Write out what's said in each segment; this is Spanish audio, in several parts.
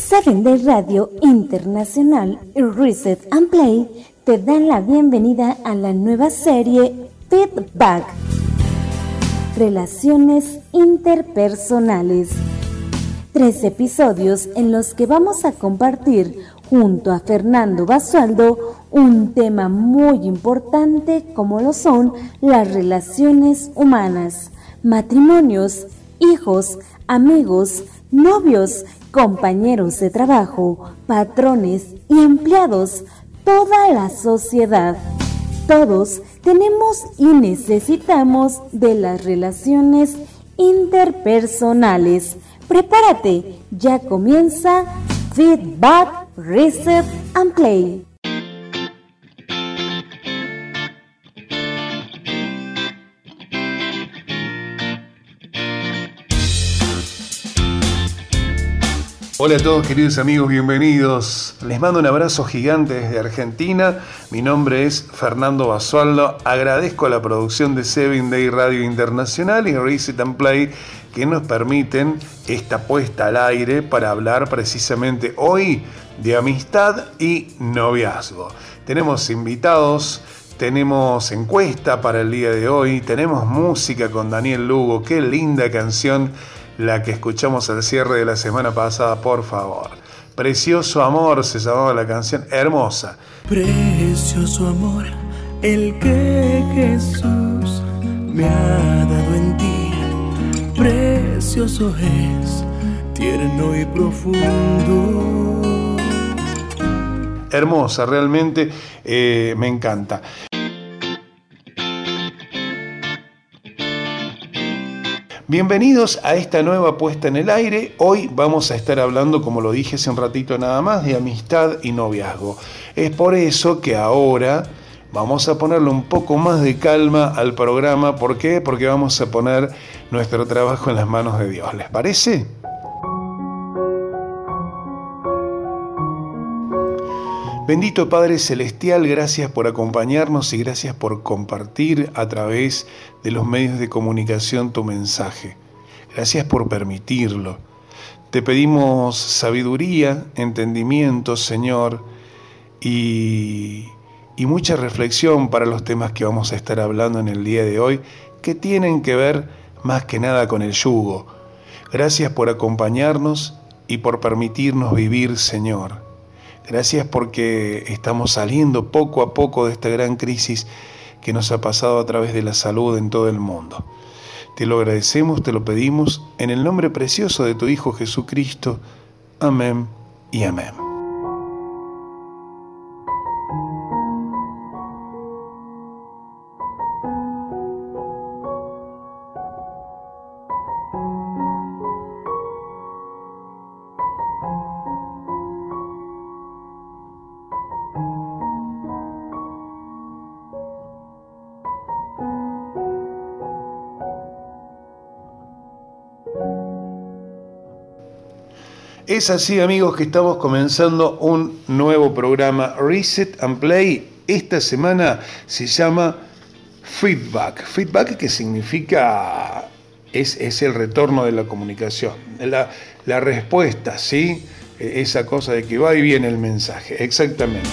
Seven Day Radio Internacional y Reset and Play te dan la bienvenida a la nueva serie Feedback. Relaciones interpersonales. 3 episodios en los que vamos a compartir junto a Fernando Basualdo un tema muy importante como lo son las relaciones humanas, matrimonios, hijos, amigos, novios, compañeros de trabajo, patrones y empleados, toda la sociedad. Todos tenemos y necesitamos de las relaciones interpersonales. Prepárate, ya comienza Feedback, Reset and Play. Hola a todos queridos amigos, bienvenidos. Les mando un abrazo gigante desde Argentina. Mi nombre es Fernando Basualdo. Agradezco a la producción de Seven Day Radio Internacional y Reset and Play que nos permiten esta puesta al aire para hablar precisamente hoy de amistad y noviazgo. Tenemos invitados, tenemos encuesta para el día de hoy, tenemos música con Daniel Lugo. Qué linda canción la que escuchamos al cierre de la semana pasada, por favor. Precioso amor se llamaba la canción, hermosa. Precioso amor, el que Jesús me ha dado en ti. Precioso es, tierno y profundo. Hermosa, realmente me encanta. Bienvenidos a esta nueva puesta en el aire. Hoy vamos a estar hablando, como lo dije hace un ratito nada más, de amistad y noviazgo. Es por eso que ahora vamos a ponerle un poco más de calma al programa. ¿Por qué? Porque vamos a poner nuestro trabajo en las manos de Dios. ¿Les parece? Bendito Padre Celestial, gracias por acompañarnos y gracias por compartir a través de los medios de comunicación tu mensaje. Gracias por permitirlo. Te pedimos sabiduría, entendimiento, Señor, y mucha reflexión para los temas que vamos a estar hablando en el día de hoy, que tienen que ver más que nada con el yugo. Gracias por acompañarnos y por permitirnos vivir, Señor. Gracias porque estamos saliendo poco a poco de esta gran crisis que nos ha pasado a través de la salud en todo el mundo. Te lo agradecemos, te lo pedimos, en el nombre precioso de tu Hijo Jesucristo. Amén y amén. Es así, amigos, que estamos comenzando un nuevo programa, Reset and Play. Esta semana se llama Feedback. Feedback, que significa, es el retorno de la comunicación, la respuesta, ¿sí? Esa cosa de que va y viene el mensaje, exactamente.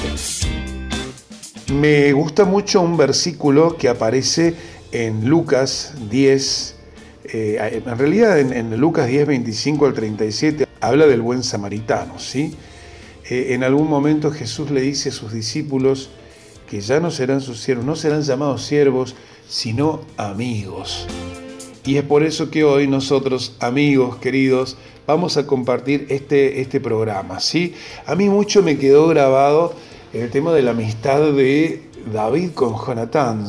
Me gusta mucho un versículo que aparece en Lucas 10, en realidad en Lucas 10, 25 al 37, habla del buen samaritano, ¿sí? En algún momento Jesús le dice a sus discípulos que ya no serán sus siervos, no serán llamados siervos, sino amigos. Y es por eso que hoy nosotros, amigos queridos, vamos a compartir este programa, ¿sí? A mí mucho me quedó grabado el tema de la amistad de David con Jonatán.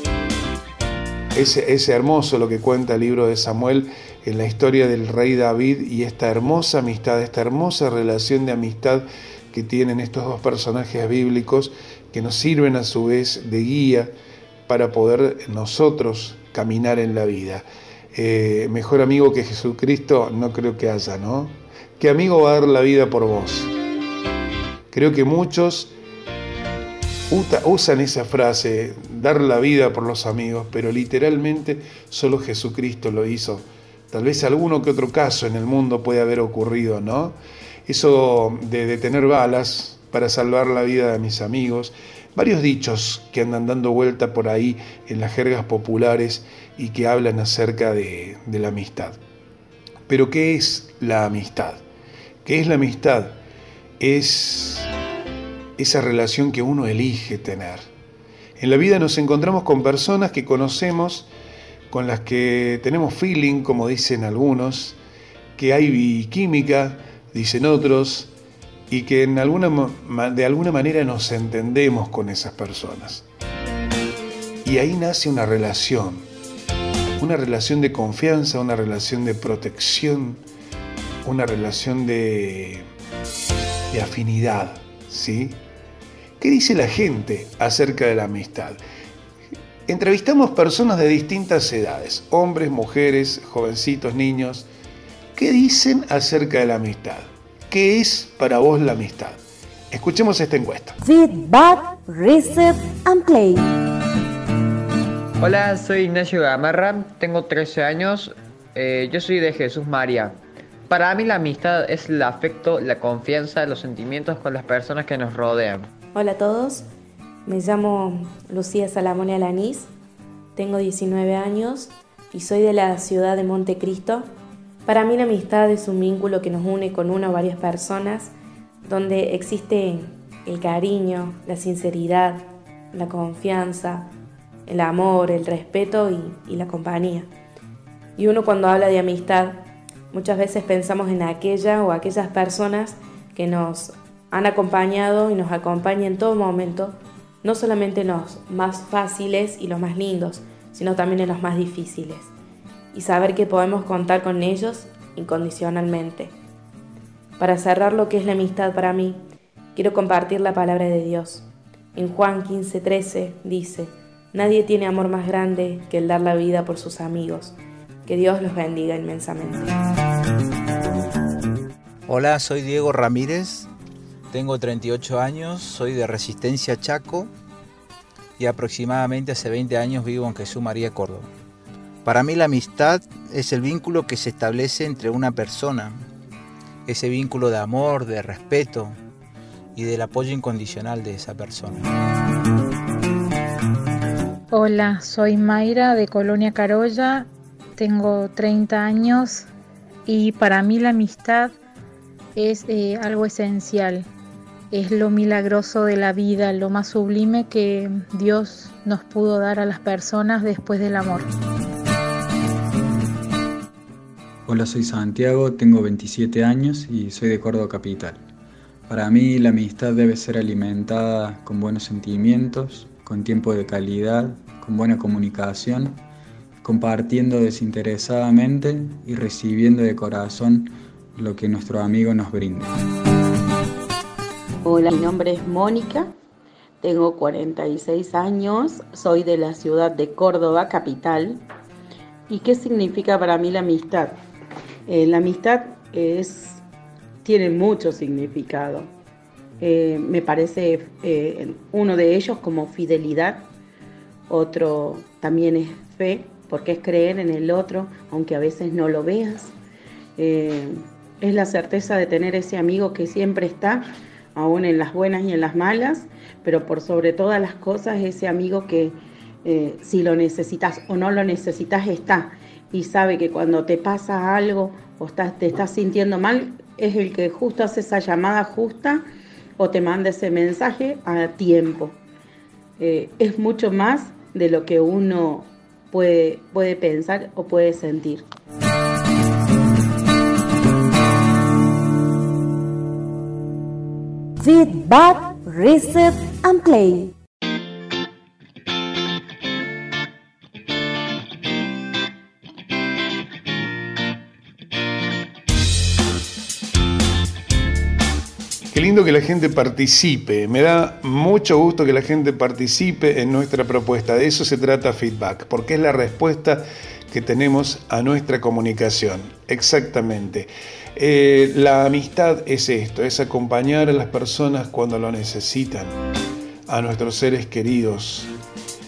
Es hermoso lo que cuenta el libro de Samuel en la historia del rey David y esta hermosa amistad, esta hermosa relación de amistad que tienen estos dos personajes bíblicos que nos sirven a su vez de guía para poder nosotros caminar en la vida. Mejor amigo que Jesucristo no creo que haya, ¿no? ¿Qué amigo va a dar la vida por vos? Creo que muchos usan esa frase, dar la vida por los amigos, pero literalmente solo Jesucristo lo hizo. Tal vez alguno que otro caso en el mundo puede haber ocurrido, ¿no? eso de detener balas para salvar la vida de mis amigos, varios dichos que andan dando vuelta por ahí en las jergas populares y que hablan acerca de la amistad. Pero ¿qué es la amistad? ¿Qué es la amistad? Es esa relación que uno elige tener. En la vida nos encontramos con personas que conocemos, con las que tenemos feeling, como dicen algunos, que hay química, dicen otros, y que de alguna manera nos entendemos con esas personas. Y ahí nace una relación de confianza, una relación de protección, una relación de afinidad, ¿sí? ¿Qué dice la gente acerca de la amistad? Entrevistamos personas de distintas edades, hombres, mujeres, jovencitos, niños. ¿Qué dicen acerca de la amistad? ¿Qué es para vos la amistad? Escuchemos esta encuesta. Feedback, Reset and Play. Hola, soy Ignacio Gamarra, tengo 13 años, yo soy de Jesús María. Para mí la amistad es el afecto, la confianza, los sentimientos con las personas que nos rodean. Hola a todos, me llamo Lucía Salamone Alanís, tengo 19 años y soy de la ciudad de Montecristo. Para mí la amistad es un vínculo que nos une con una o varias personas, donde existe el cariño, la sinceridad, la confianza, el amor, el respeto y la compañía. Y uno cuando habla de amistad, muchas veces pensamos en aquella o aquellas personas que nos han acompañado y nos acompañan en todo momento, no solamente en los más fáciles y los más lindos, sino también en los más difíciles. Y saber que podemos contar con ellos incondicionalmente. Para cerrar lo que es la amistad para mí, quiero compartir la palabra de Dios. En Juan 15:13 dice: nadie tiene amor más grande que el dar la vida por sus amigos. Que Dios los bendiga inmensamente. Hola, soy Diego Ramírez, tengo 38 años, soy de Resistencia Chaco y aproximadamente hace 20 años vivo en Jesús María, Córdoba. Para mí la amistad es el vínculo que se establece entre una persona, ese vínculo de amor, de respeto y del apoyo incondicional de esa persona. Hola, soy Mayra de Colonia Carolla, tengo 30 años y para mí la amistad es algo esencial, es lo milagroso de la vida, lo más sublime que Dios nos pudo dar a las personas después del amor. Hola, soy Santiago, tengo 27 años y soy de Córdoba Capital. Para mí la amistad debe ser alimentada con buenos sentimientos, con tiempo de calidad, con buena comunicación, compartiendo desinteresadamente y recibiendo de corazón lo que nuestro amigo nos brinda. Hola, mi nombre es Mónica, tengo 46 años, soy de la ciudad de Córdoba, capital. ¿Y qué significa para mí la amistad? La amistad tiene mucho significado. Me parece uno de ellos como fidelidad, otro también es fe, porque es creer en el otro, aunque a veces no lo veas. Es la certeza de tener ese amigo que siempre está, aún en las buenas y en las malas, pero por sobre todas las cosas, ese amigo que si lo necesitas o no lo necesitas está, y sabe que cuando te pasa algo o te estás sintiendo mal, es el que justo hace esa llamada justa o te manda ese mensaje a tiempo. Es mucho más de lo que uno puede pensar o puede sentir. Feedback, Reset and Play. Qué lindo que la gente participe, me da mucho gusto que la gente participe en nuestra propuesta, de eso se trata Feedback, porque es la respuesta que tenemos a nuestra comunicación, exactamente. La amistad es esto, es acompañar a las personas cuando lo necesitan, a nuestros seres queridos,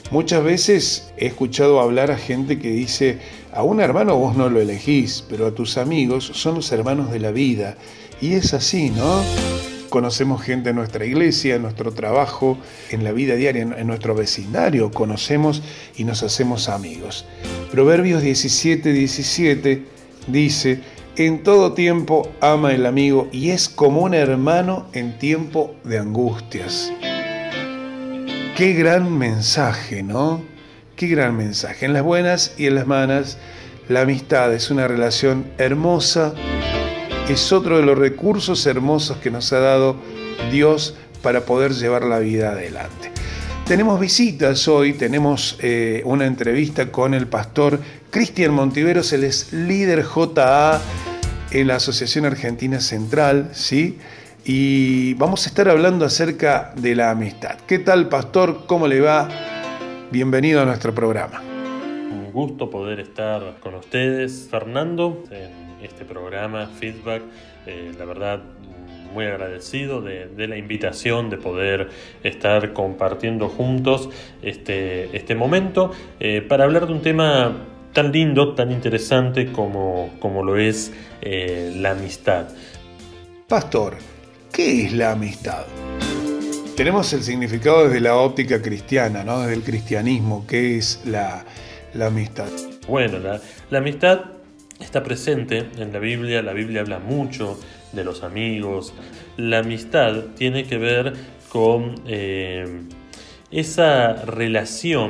Muchas veces he escuchado hablar a gente que dice, a un hermano vos no lo elegís, pero a tus amigos son los hermanos de la vida. Y es así, ¿no? Conocemos gente en nuestra iglesia, en nuestro trabajo, en la vida diaria, en nuestro vecindario, conocemos y nos hacemos amigos. Proverbios 17:17 dice, en todo tiempo ama el amigo y es como un hermano en tiempo de angustias. Qué gran mensaje, ¿no? Qué gran mensaje. En las buenas y en las malas, la amistad es una relación hermosa, es otro de los recursos hermosos que nos ha dado Dios para poder llevar la vida adelante. Tenemos visitas hoy, tenemos una entrevista con el pastor Cristian Montiveros, él es líder JA en la Asociación Argentina Central, ¿sí? Y vamos a estar hablando acerca de la amistad. ¿Qué tal, pastor? ¿Cómo le va? Bienvenido a nuestro programa. Un gusto poder estar con ustedes, Fernando, en este programa Feedback. La verdad, muy agradecido de la invitación de poder estar compartiendo juntos este momento para hablar de un tema tan lindo, tan interesante como lo es la amistad. Pastor, ¿qué es la amistad? Tenemos el significado desde la óptica cristiana, ¿no? Desde el cristianismo. ¿Qué es la amistad? Bueno, la amistad está presente en la Biblia. La Biblia habla mucho de los amigos. La amistad tiene que ver con esa relación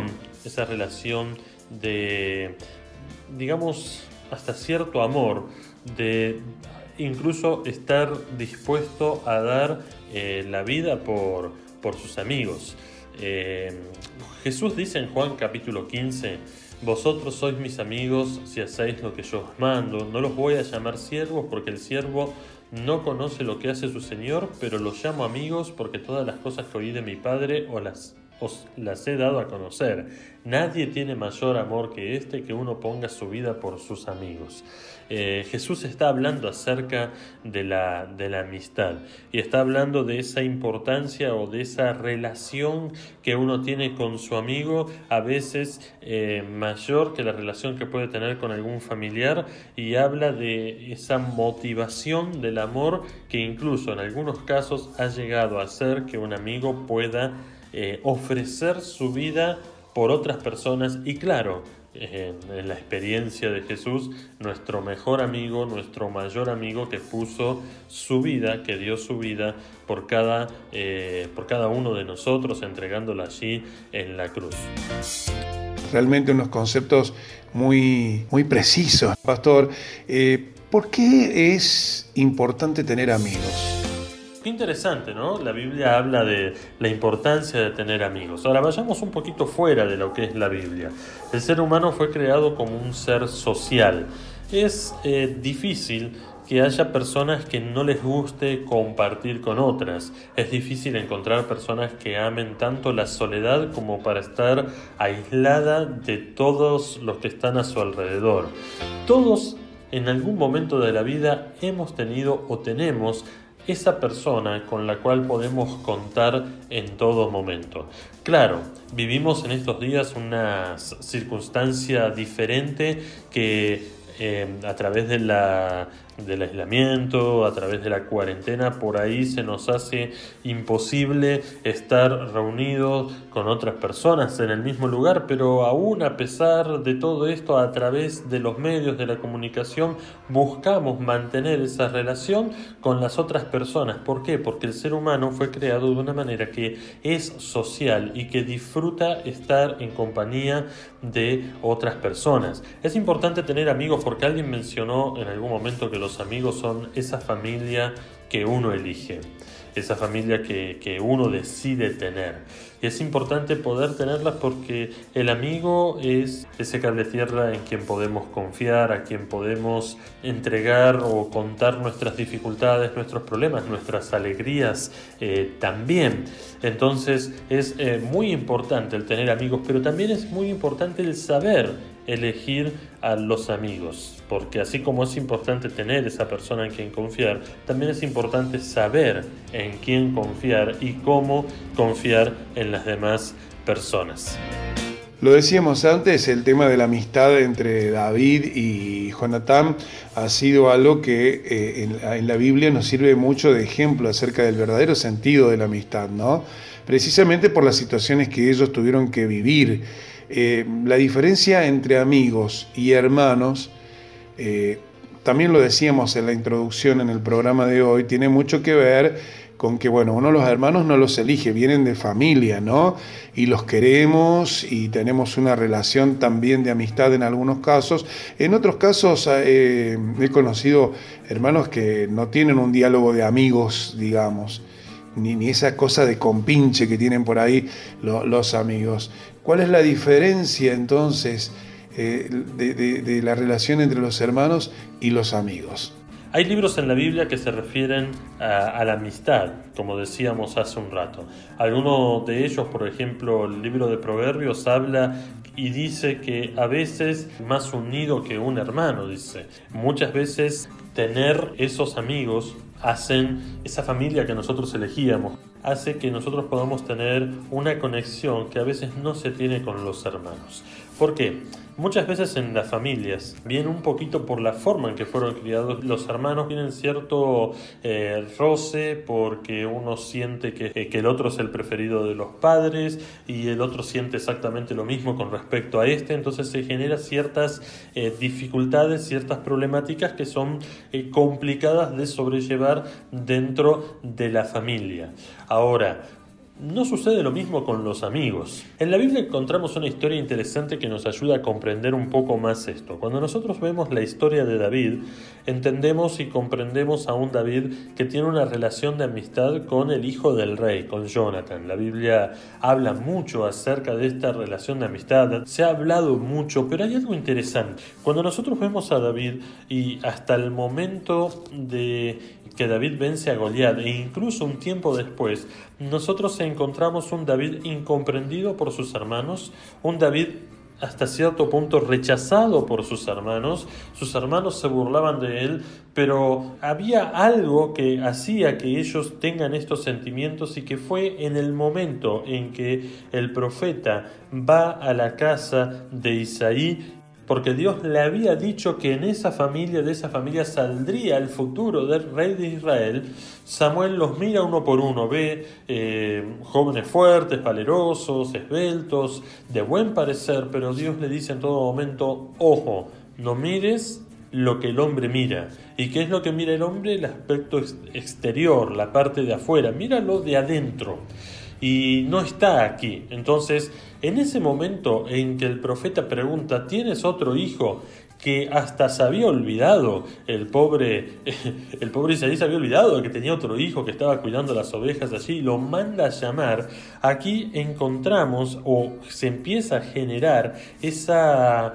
de, digamos, hasta cierto amor, de incluso estar dispuesto a dar la vida por sus amigos. Jesús dice en Juan capítulo 15, vosotros sois mis amigos si hacéis lo que yo os mando. No los voy a llamar siervos porque el siervo no conoce lo que hace su señor, pero los llamo amigos porque todas las cosas que oí de mi Padre os las he dado a conocer. Nadie tiene mayor amor que este, que uno ponga su vida por sus amigos. Jesús está hablando acerca de la amistad y está hablando de esa importancia o de esa relación que uno tiene con su amigo, a veces mayor que la relación que puede tener con algún familiar, y habla de esa motivación del amor que incluso en algunos casos ha llegado a hacer que un amigo pueda ofrecer su vida por otras personas. Y claro, en la experiencia de Jesús, nuestro mejor amigo, nuestro mayor amigo, que puso su vida, que dio su vida por cada uno de nosotros, entregándola allí en la cruz. Realmente unos conceptos muy, muy precisos. Pastor, ¿por qué es importante tener amigos? Qué interesante, ¿no? La Biblia habla de la importancia de tener amigos. Ahora vayamos un poquito fuera de lo que es la Biblia. El ser humano fue creado como un ser social. Es difícil que haya personas que no les guste compartir con otras. Es difícil encontrar personas que amen tanto la soledad como para estar aislada de todos los que están a su alrededor. Todos en algún momento de la vida hemos tenido o tenemos esa persona con la cual podemos contar en todo momento. Claro, vivimos en estos días una circunstancia diferente que a través del aislamiento, a través de la cuarentena, por ahí se nos hace imposible estar reunidos con otras personas en el mismo lugar, pero aún a pesar de todo esto, a través de los medios de la comunicación, buscamos mantener esa relación con las otras personas. ¿Por qué? Porque el ser humano fue creado de una manera que es social y que disfruta estar en compañía de otras personas. Es importante tener amigos porque alguien mencionó en algún momento que los amigos son esa familia que uno elige, esa familia que uno decide tener. Y es importante poder tenerlas porque el amigo es ese cable tierra en quien podemos confiar, a quien podemos entregar o contar nuestras dificultades, nuestros problemas, nuestras alegrías también. Entonces es muy importante el tener amigos, pero también es muy importante el saber elegir a los amigos, porque así como es importante tener esa persona en quien confiar, también es importante saber en quién confiar y cómo confiar en las demás personas. Lo decíamos antes, el tema de la amistad entre David y Jonatán ha sido algo que en la Biblia nos sirve mucho de ejemplo acerca del verdadero sentido de la amistad, ¿no? Precisamente por las situaciones que ellos tuvieron que vivir. La diferencia entre amigos y hermanos, también lo decíamos en la introducción en el programa de hoy, tiene mucho que ver con que, bueno, uno los hermanos no los elige, vienen de familia, ¿no? Y los queremos y tenemos una relación también de amistad en algunos casos. En otros casos he conocido hermanos que no tienen un diálogo de amigos, digamos, ni esa cosa de compinche que tienen por ahí los amigos. ¿Cuál es la diferencia entonces de la relación entre los hermanos y los amigos? Hay libros en la Biblia que se refieren a la amistad, como decíamos hace un rato. Alguno de ellos, por ejemplo, el libro de Proverbios habla y dice que a veces más unido que un hermano, dice. Muchas veces tener esos amigos hacen esa familia que nosotros elegíamos, hace que nosotros podamos tener una conexión que a veces no se tiene con los hermanos. ¿Por qué? Muchas veces en las familias, bien un poquito por la forma en que fueron criados los hermanos, tienen cierto roce porque uno siente que el otro es el preferido de los padres y el otro siente exactamente lo mismo con respecto a este, entonces se generan ciertas dificultades, ciertas problemáticas que son complicadas de sobrellevar dentro de la familia. Ahora, no sucede lo mismo con los amigos. En la Biblia encontramos una historia interesante que nos ayuda a comprender un poco más esto. Cuando nosotros vemos la historia de David, entendemos y comprendemos a un David que tiene una relación de amistad con el hijo del rey, con Jonathan. La Biblia habla mucho acerca de esta relación de amistad. Se ha hablado mucho, pero hay algo interesante. Cuando nosotros vemos a David y hasta el momento de que David vence a Goliat e incluso un tiempo después, nosotros encontramos un David incomprendido por sus hermanos, un David hasta cierto punto rechazado por sus hermanos se burlaban de él, pero había algo que hacía que ellos tengan estos sentimientos y que fue en el momento en que el profeta va a la casa de Isaí, porque Dios le había dicho que de esa familia saldría el futuro del rey de Israel. Samuel los mira uno por uno, ve jóvenes fuertes, valerosos, esbeltos, de buen parecer, pero Dios le dice en todo momento, ojo, no mires lo que el hombre mira. ¿Y qué es lo que mira el hombre? El aspecto exterior, la parte de afuera, míralo de adentro. Y no está aquí. Entonces, en ese momento en que el profeta pregunta, ¿tienes otro hijo? Que hasta se había olvidado, el pobre Isaí se había olvidado de que tenía otro hijo que estaba cuidando las ovejas allí, lo manda a llamar. Aquí encontramos o se empieza a generar esa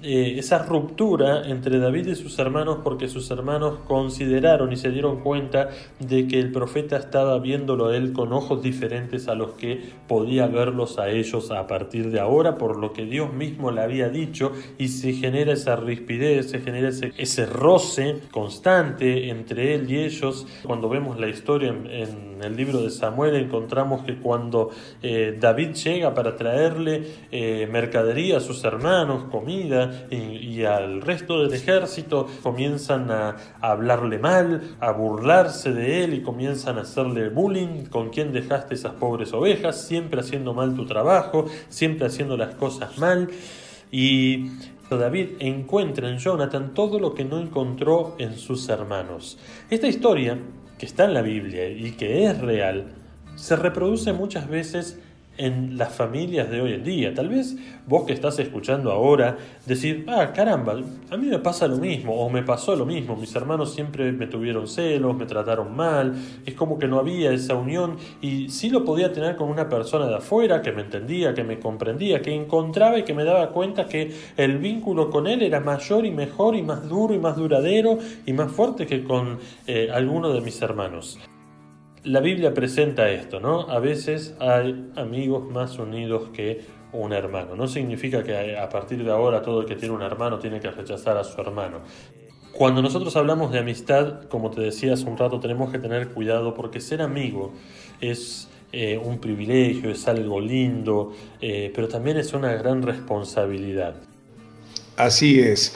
ruptura entre David y sus hermanos, porque sus hermanos consideraron y se dieron cuenta de que el profeta estaba viéndolo a él con ojos diferentes a los que podía verlos a ellos a partir de ahora, por lo que Dios mismo le había dicho, y se genera esa rispidez, se genera ese roce constante entre él y ellos. Cuando vemos la historia en el libro de Samuel, encontramos que cuando David llega para traerle mercadería a sus hermanos, comida, y al resto del ejército, comienzan a hablarle mal, a burlarse de él y comienzan a hacerle bullying. ¿Con quién dejaste esas pobres ovejas? Siempre haciendo mal tu trabajo, siempre haciendo las cosas mal. Y David encuentra en Jonathan todo lo que no encontró en sus hermanos. Esta historia, que está en la Biblia y que es real, se reproduce muchas veces en las familias de hoy en día. Tal vez vos que estás escuchando ahora decir, caramba, a mí me pasa lo mismo, o me pasó lo mismo, mis hermanos siempre me tuvieron celos, me trataron mal, es como que no había esa unión, y sí lo podía tener con una persona de afuera que me entendía, que me comprendía, que encontraba y que me daba cuenta que el vínculo con él era mayor y mejor y más duro y más duradero y más fuerte que con alguno de mis hermanos. La Biblia presenta esto, ¿no? A veces hay amigos más unidos que un hermano. No significa que a partir de ahora todo el que tiene un hermano tiene que rechazar a su hermano. Cuando nosotros hablamos de amistad, como te decía hace un rato, tenemos que tener cuidado, porque ser amigo es un privilegio, es algo lindo, pero también es una gran responsabilidad. Así es.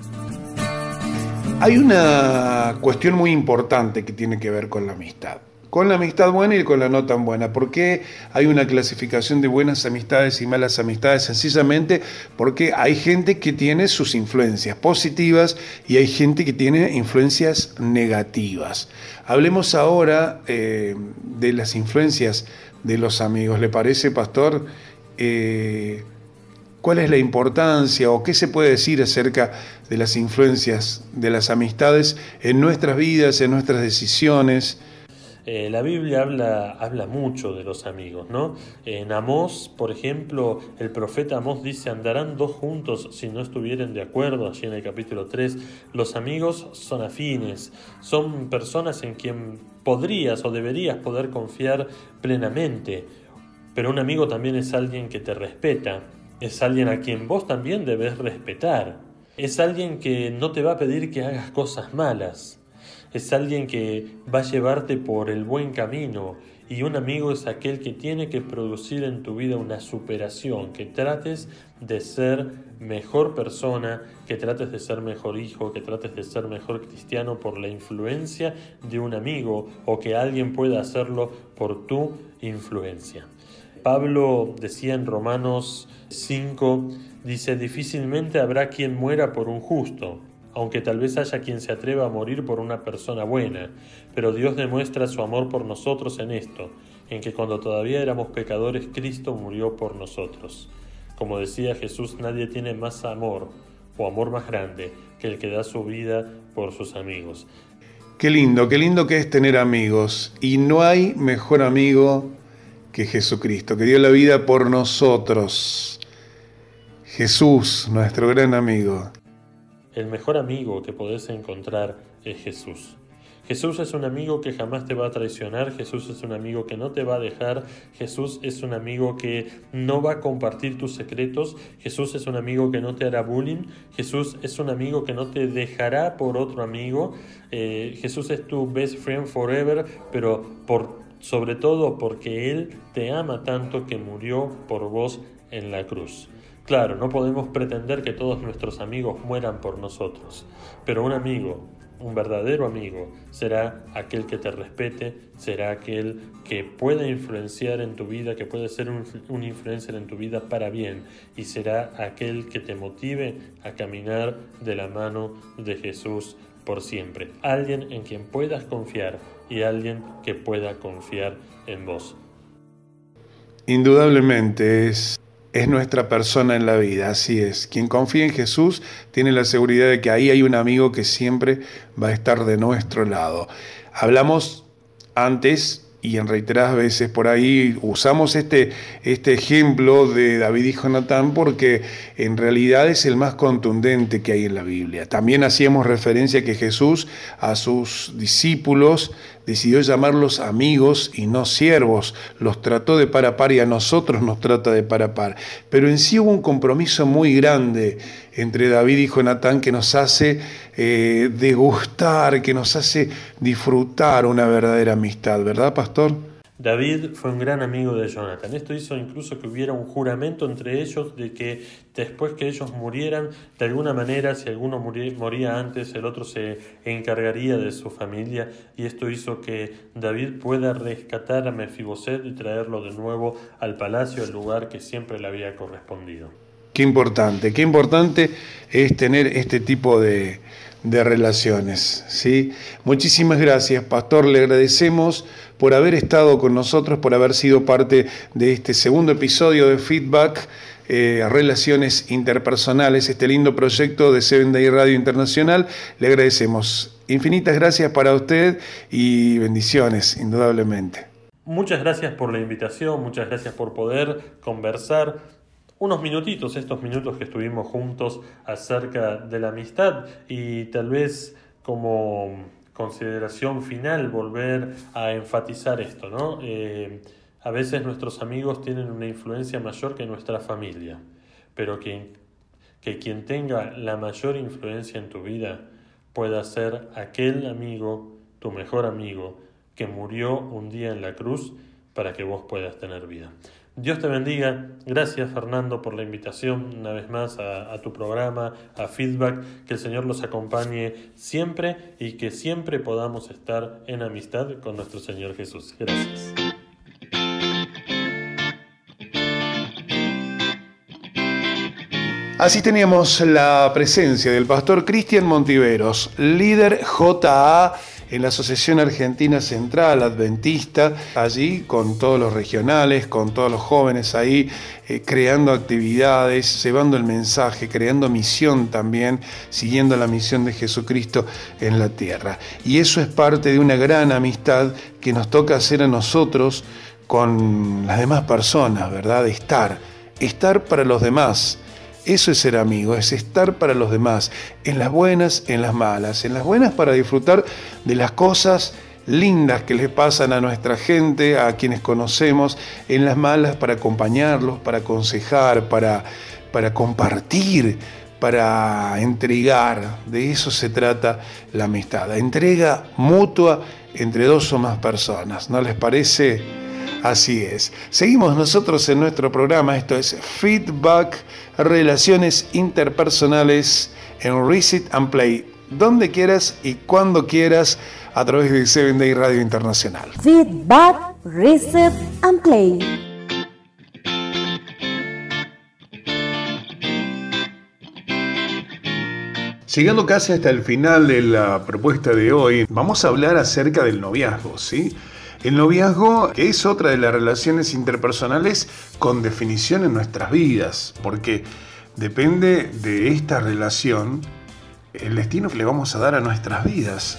Hay una cuestión muy importante que tiene que ver con la amistad. Con la amistad buena y con la no tan buena. ¿Por qué hay una clasificación de buenas amistades y malas amistades? Sencillamente porque hay gente que tiene sus influencias positivas y hay gente que tiene influencias negativas. Hablemos ahora de las influencias de los amigos. ¿Le parece, pastor? ¿Cuál es la importancia o qué se puede decir acerca de las influencias de las amistades en nuestras vidas, en nuestras decisiones? La Biblia habla mucho de los amigos, ¿no? En Amós, por ejemplo, el profeta Amós dice: andarán dos juntos si no estuvieren de acuerdo. Allí en el capítulo 3, los amigos son afines, son personas en quien podrías o deberías poder confiar plenamente. Pero un amigo también es alguien que te respeta, es alguien a quien vos también debes respetar, es alguien que no te va a pedir que hagas cosas malas. Es alguien que va a llevarte por el buen camino, y un amigo es aquel que tiene que producir en tu vida una superación, que trates de ser mejor persona, que trates de ser mejor hijo, que trates de ser mejor cristiano por la influencia de un amigo, o que alguien pueda hacerlo por tu influencia. Pablo decía en Romanos 5, dice: difícilmente habrá quien muera por un justo, aunque tal vez haya quien se atreva a morir por una persona buena, pero Dios demuestra su amor por nosotros en esto, en que cuando todavía éramos pecadores, Cristo murió por nosotros. Como decía Jesús, nadie tiene más amor o amor más grande que el que da su vida por sus amigos. Qué lindo que es tener amigos, y no hay mejor amigo que Jesucristo, que dio la vida por nosotros. Jesús, nuestro gran amigo. El mejor amigo que podés encontrar es Jesús. Jesús es un amigo que jamás te va a traicionar, Jesús es un amigo que no te va a dejar, Jesús es un amigo que no va a compartir tus secretos, Jesús es un amigo que no te hará bullying, Jesús es un amigo que no te dejará por otro amigo, Jesús es tu best friend forever, pero sobre todo porque Él te ama tanto que murió por vos en la cruz. Claro, no podemos pretender que todos nuestros amigos mueran por nosotros, pero un amigo, un verdadero amigo, será aquel que te respete, será aquel que pueda influenciar en tu vida, que puede ser un influencer en tu vida para bien, y será aquel que te motive a caminar de la mano de Jesús por siempre. Alguien en quien puedas confiar y alguien que pueda confiar en vos. Indudablemente es nuestra persona en la vida, así es. Quien confía en Jesús tiene la seguridad de que ahí hay un amigo que siempre va a estar de nuestro lado. Hablamos antes, y en reiteradas veces por ahí usamos este ejemplo de David y Jonatán porque en realidad es el más contundente que hay en la Biblia. También hacíamos referencia a que Jesús a sus discípulos decidió llamarlos amigos y no siervos, los trató de par a par y a nosotros nos trata de par a par. Pero en sí hubo un compromiso muy grande entre David y Jonatán que nos hace degustar, que nos hace disfrutar una verdadera amistad, ¿verdad, pastor? David fue un gran amigo de Jonathan. Esto hizo incluso que hubiera un juramento entre ellos de que después que ellos murieran, de alguna manera, si alguno moría antes, el otro se encargaría de su familia, y esto hizo que David pueda rescatar a Mefiboset y traerlo de nuevo al palacio, al lugar que siempre le había correspondido. Qué importante es tener este tipo de relaciones, ¿sí? Muchísimas gracias, pastor. Le agradecemos por haber estado con nosotros, por haber sido parte de este segundo episodio de Feedback, Relaciones Interpersonales, este lindo proyecto de Seven Day Radio Internacional. Le agradecemos. Infinitas gracias para usted y bendiciones, indudablemente. Muchas gracias por la invitación, muchas gracias por poder conversar unos minutitos, estos minutos que estuvimos juntos acerca de la amistad, y tal vez como consideración final volver a enfatizar esto, ¿no? A veces nuestros amigos tienen una influencia mayor que nuestra familia, pero que quien tenga la mayor influencia en tu vida pueda ser aquel amigo, tu mejor amigo, que murió un día en la cruz para que vos puedas tener vida. Dios te bendiga. Gracias, Fernando, por la invitación una vez más a tu programa, a Feedback. Que el Señor los acompañe siempre y que siempre podamos estar en amistad con nuestro Señor Jesús. Gracias. Así teníamos la presencia del pastor Cristian Montiveros, líder JA en la Asociación Argentina Central Adventista, allí con todos los regionales, con todos los jóvenes ahí, creando actividades, llevando el mensaje, creando misión también, siguiendo la misión de Jesucristo en la tierra. Y eso es parte de una gran amistad que nos toca hacer a nosotros con las demás personas, ¿verdad? Estar para los demás. Eso es ser amigo, es estar para los demás, en las buenas, en las malas. En las buenas para disfrutar de las cosas lindas que les pasan a nuestra gente, a quienes conocemos. En las malas para acompañarlos, para aconsejar, para compartir, para entregar. De eso se trata la amistad. Entrega mutua entre dos o más personas. ¿No les parece? Así es. Seguimos nosotros en nuestro programa. Esto es Feedback, Relaciones Interpersonales en Reset and Play. Donde quieras y cuando quieras a través de 7 Day Radio Internacional. Feedback, Reset and Play. Llegando casi hasta el final de la propuesta de hoy, vamos a hablar acerca del noviazgo, ¿sí? El noviazgo, que es otra de las relaciones interpersonales con definición en nuestras vidas, porque depende de esta relación el destino que le vamos a dar a nuestras vidas.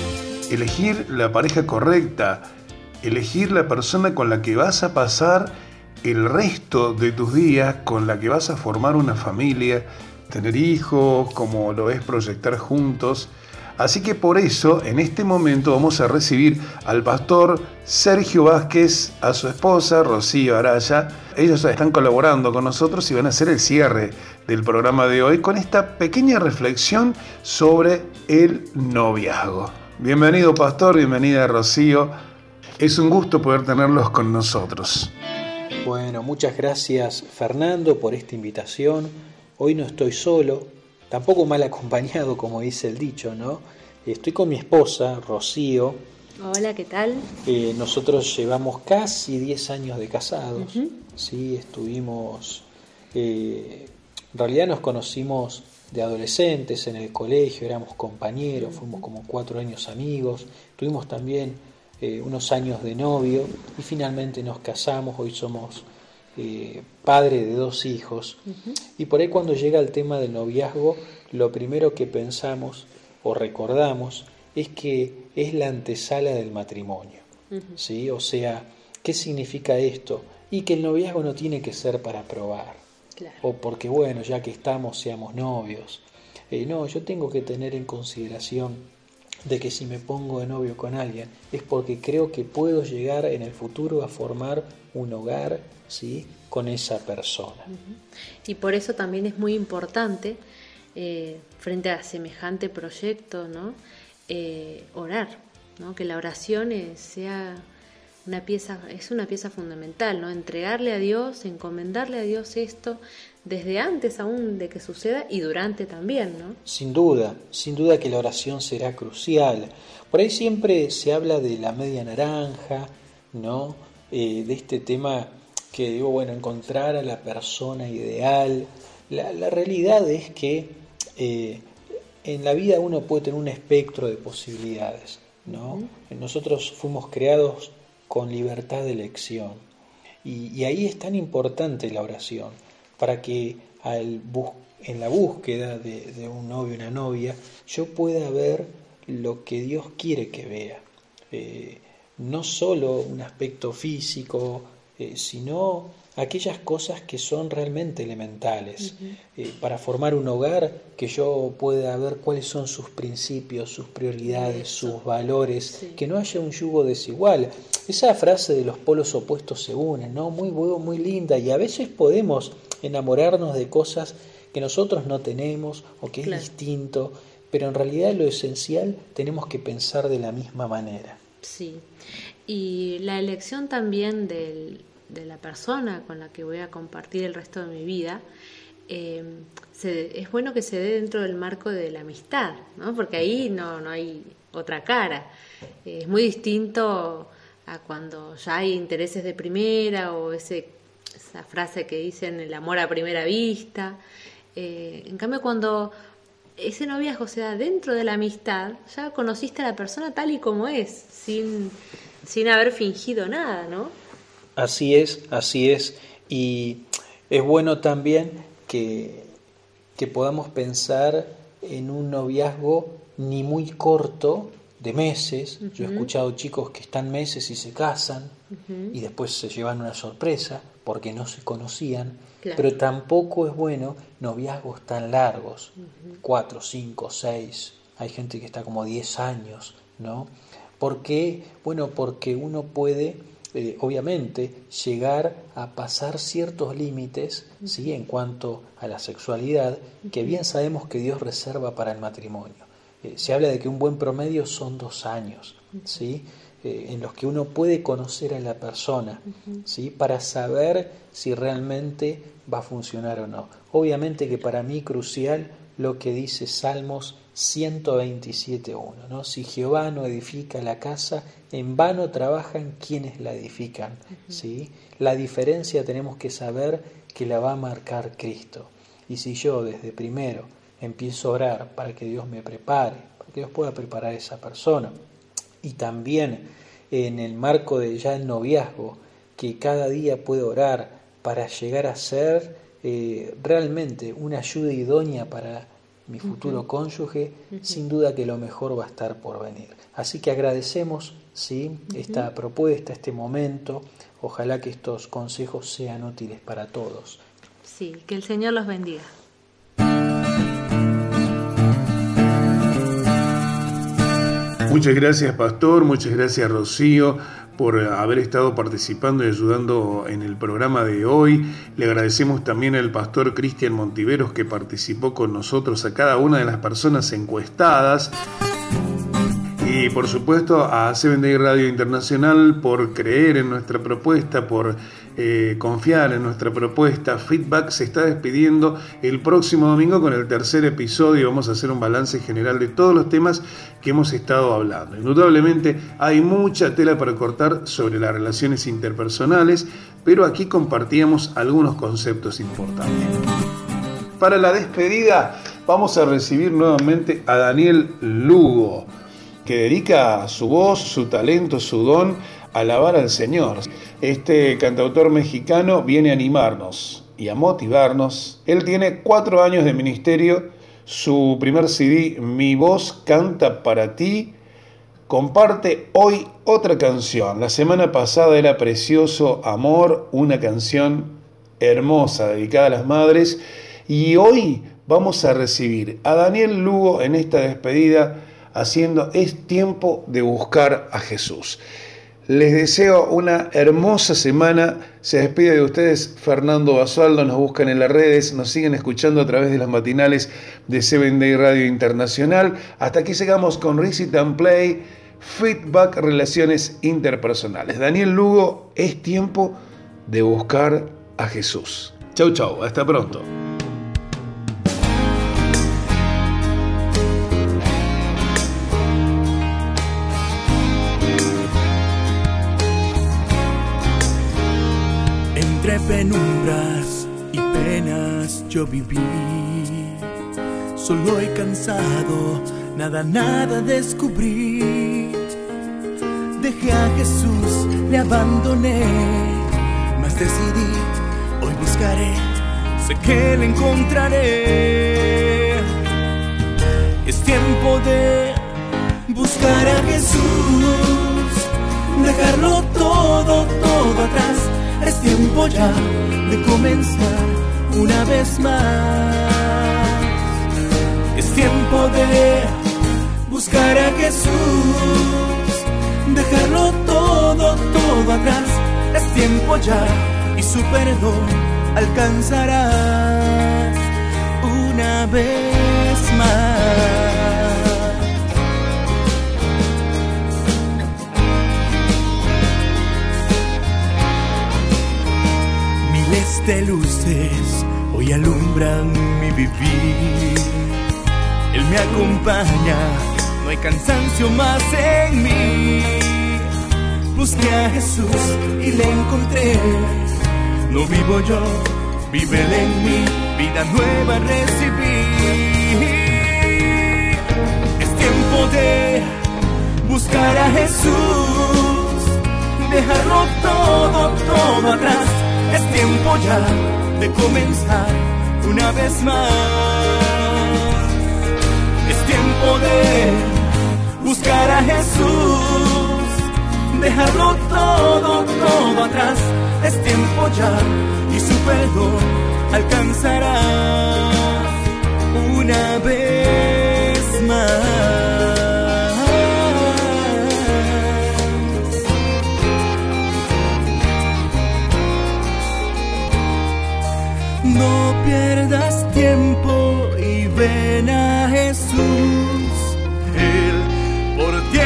Elegir la pareja correcta, elegir la persona con la que vas a pasar el resto de tus días, con la que vas a formar una familia, tener hijos, como lo es proyectar juntos. Así que por eso, en este momento vamos a recibir al pastor Sergio Vázquez, a su esposa Rocío Araya. Ellos están colaborando con nosotros y van a hacer el cierre del programa de hoy con esta pequeña reflexión sobre el noviazgo. Bienvenido, pastor, bienvenida, Rocío. Es un gusto poder tenerlos con nosotros. Bueno, muchas gracias, Fernando, por esta invitación. Hoy no estoy solo. Tampoco mal acompañado, como dice el dicho, ¿no? Estoy con mi esposa, Rocío. Hola, ¿qué tal? Nosotros llevamos casi 10 años de casados. Uh-huh. Sí, estuvimos... en realidad nos conocimos de adolescentes en el colegio, éramos compañeros, fuimos como 4 años amigos. Tuvimos también unos años de novio y finalmente nos casamos. Hoy somos... padre de 2 hijos. Uh-huh. Y por ahí cuando llega el tema del noviazgo, lo primero que pensamos o recordamos es que es la antesala del matrimonio. Uh-huh. ¿Sí? O sea, ¿qué significa esto? Y que el noviazgo no tiene que ser para probar. Claro. O porque, bueno, ya que estamos, seamos novios. No, yo tengo que tener en consideración de que si me pongo de novio con alguien es porque creo que puedo llegar en el futuro a formar un hogar, ¿sí?, con esa persona. Uh-huh. Y por eso también es muy importante, frente a semejante proyecto, ¿no?, orar, ¿no?, que la oración sea una pieza fundamental, ¿no?, entregarle a Dios, encomendarle a Dios esto desde antes aún de que suceda y durante también, ¿no? Sin duda que la oración será crucial. Por ahí siempre se habla de la media naranja, ¿no?, de este tema que digo, bueno, encontrar a la persona ideal. La realidad es que en la vida uno puede tener un espectro de posibilidades, ¿no? Uh-huh. Nosotros fuimos creados con libertad de elección y ahí es tan importante la oración para que en la búsqueda de un novio o una novia yo pueda ver lo que Dios quiere que vea. No solo un aspecto físico, sino aquellas cosas que son realmente elementales. Uh-huh. Para formar un hogar, que yo pueda ver cuáles son sus principios, sus prioridades, sus valores, sí. Que no haya un yugo desigual. Esa frase de los polos opuestos se unen, ¿no? Muy linda, y a veces podemos enamorarnos de cosas que nosotros no tenemos o que es distinto, pero en realidad lo esencial tenemos que pensar de la misma manera. Sí, y la elección también de la persona con la que voy a compartir el resto de mi vida, es bueno que se dé dentro del marco de la amistad, ¿no? Porque ahí no hay otra cara. Es muy distinto a cuando ya hay intereses de primera o esa frase que dicen el amor a primera vista. En cambio, cuando ese noviazgo se da dentro de la amistad, ya conociste a la persona tal y como es, sin haber fingido nada, ¿no? Así es. Y es bueno también que podamos pensar en un noviazgo ni muy corto, de meses. Uh-huh. Yo he escuchado chicos que están meses y se casan, uh-huh, y después se llevan una sorpresa porque no se conocían. Claro. Pero tampoco es bueno noviazgos tan largos, uh-huh, 4, 5, 6, hay gente que está como 10 años, ¿no? ¿Por qué? Bueno, porque uno puede, obviamente, llegar a pasar ciertos límites, uh-huh, ¿sí?, en cuanto a la sexualidad, que bien sabemos que Dios reserva para el matrimonio. Se habla de que un buen promedio son 2 años, ¿sí?, en los que uno puede conocer a la persona, uh-huh, ¿sí?, para saber si realmente va a funcionar o no. Obviamente que para mí crucial lo que dice Salmos 127:1, ¿no? Si Jehová no edifica la casa, en vano trabajan quienes la edifican, uh-huh, ¿sí? La diferencia tenemos que saber que la va a marcar Cristo. Y si yo desde primero empiezo a orar para que Dios me prepare, para que Dios pueda preparar a esa persona, y también en el marco de ya el noviazgo, que cada día puedo orar para llegar a ser realmente una ayuda idónea para mi futuro, uh-huh, cónyuge, uh-huh, sin duda que lo mejor va a estar por venir. Así que agradecemos, ¿sí?, uh-huh, esta propuesta, este momento. Ojalá que estos consejos sean útiles para todos. Sí, que el Señor los bendiga. Muchas gracias, Pastor, muchas gracias, Rocío, por haber estado participando y ayudando en el programa de hoy. Le agradecemos también al Pastor Cristian Montiveros, que participó con nosotros, a cada una de las personas encuestadas. Y por supuesto a 7 Day Radio Internacional por creer en nuestra propuesta, por confiar en nuestra propuesta. Feedback se está despidiendo el próximo domingo con el 3er episodio. Vamos a hacer un balance general de todos los temas que hemos estado hablando. Indudablemente hay mucha tela para cortar sobre las relaciones interpersonales, pero aquí compartíamos algunos conceptos importantes. Para la despedida vamos a recibir nuevamente a Daniel Lugo, que dedica su voz, su talento, su don a alabar al Señor. Este cantautor mexicano viene a animarnos y a motivarnos. Él tiene 4 años de ministerio. Su primer CD, Mi Voz Canta Para Ti, comparte hoy otra canción. La semana pasada era Precioso Amor, una canción hermosa dedicada a las madres. Y hoy vamos a recibir a Daniel Lugo en esta despedida haciendo Es Tiempo de Buscar a Jesús. Les deseo una hermosa semana. Se despide de ustedes Fernando Basualdo. Nos buscan en las redes, nos siguen escuchando a través de las matinales de 7 Day Radio Internacional. Hasta aquí llegamos con Reset and Play, Feedback, Relaciones Interpersonales. Daniel Lugo, Es Tiempo de Buscar a Jesús. Chau, chau. Hasta pronto. Entre penumbras y penas yo viví, solo y cansado, nada descubrí. Dejé a Jesús, le abandoné, mas decidí, hoy buscaré, sé que le encontraré. Es tiempo de buscar a Jesús, dejarlo todo atrás. Es tiempo ya de comenzar una vez más. Es tiempo de buscar a Jesús, dejarlo todo atrás. Es tiempo ya y su perdón alcanzarás una vez más. de luces hoy alumbran mi vivir. Él me acompaña, no hay cansancio más en mí. Busqué a Jesús y le encontré. No vivo yo, vive Él en mí, vida nueva recibí. Es tiempo de buscar a Jesús, dejarlo todo atrás. Es tiempo ya de comenzar una vez más. Es tiempo de buscar a Jesús, dejarlo todo atrás. Es tiempo ya y su perdón alcanzarás una vez más. No pierdas tiempo y ven a Jesús, Él por ti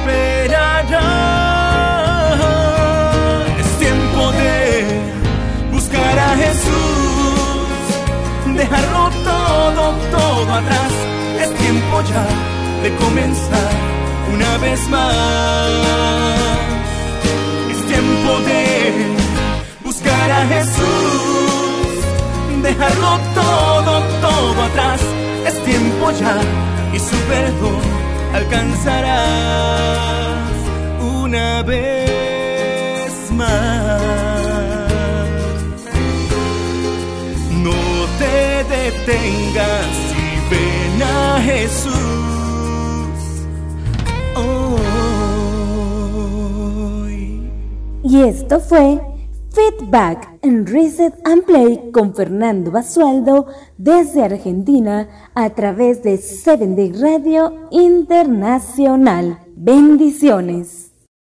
esperará. Es tiempo de buscar a Jesús, dejarlo todo atrás. Es tiempo ya de comenzar una vez más. Es tiempo de buscar a Jesús, dejarlo todo atrás. Es tiempo ya y su perdón alcanzarás una vez más. No te detengas y ven a Jesús hoy. Y esto fue Feedback en Reset and Play con Fernando Basualdo desde Argentina a través de 7 Day Radio Internacional. Bendiciones.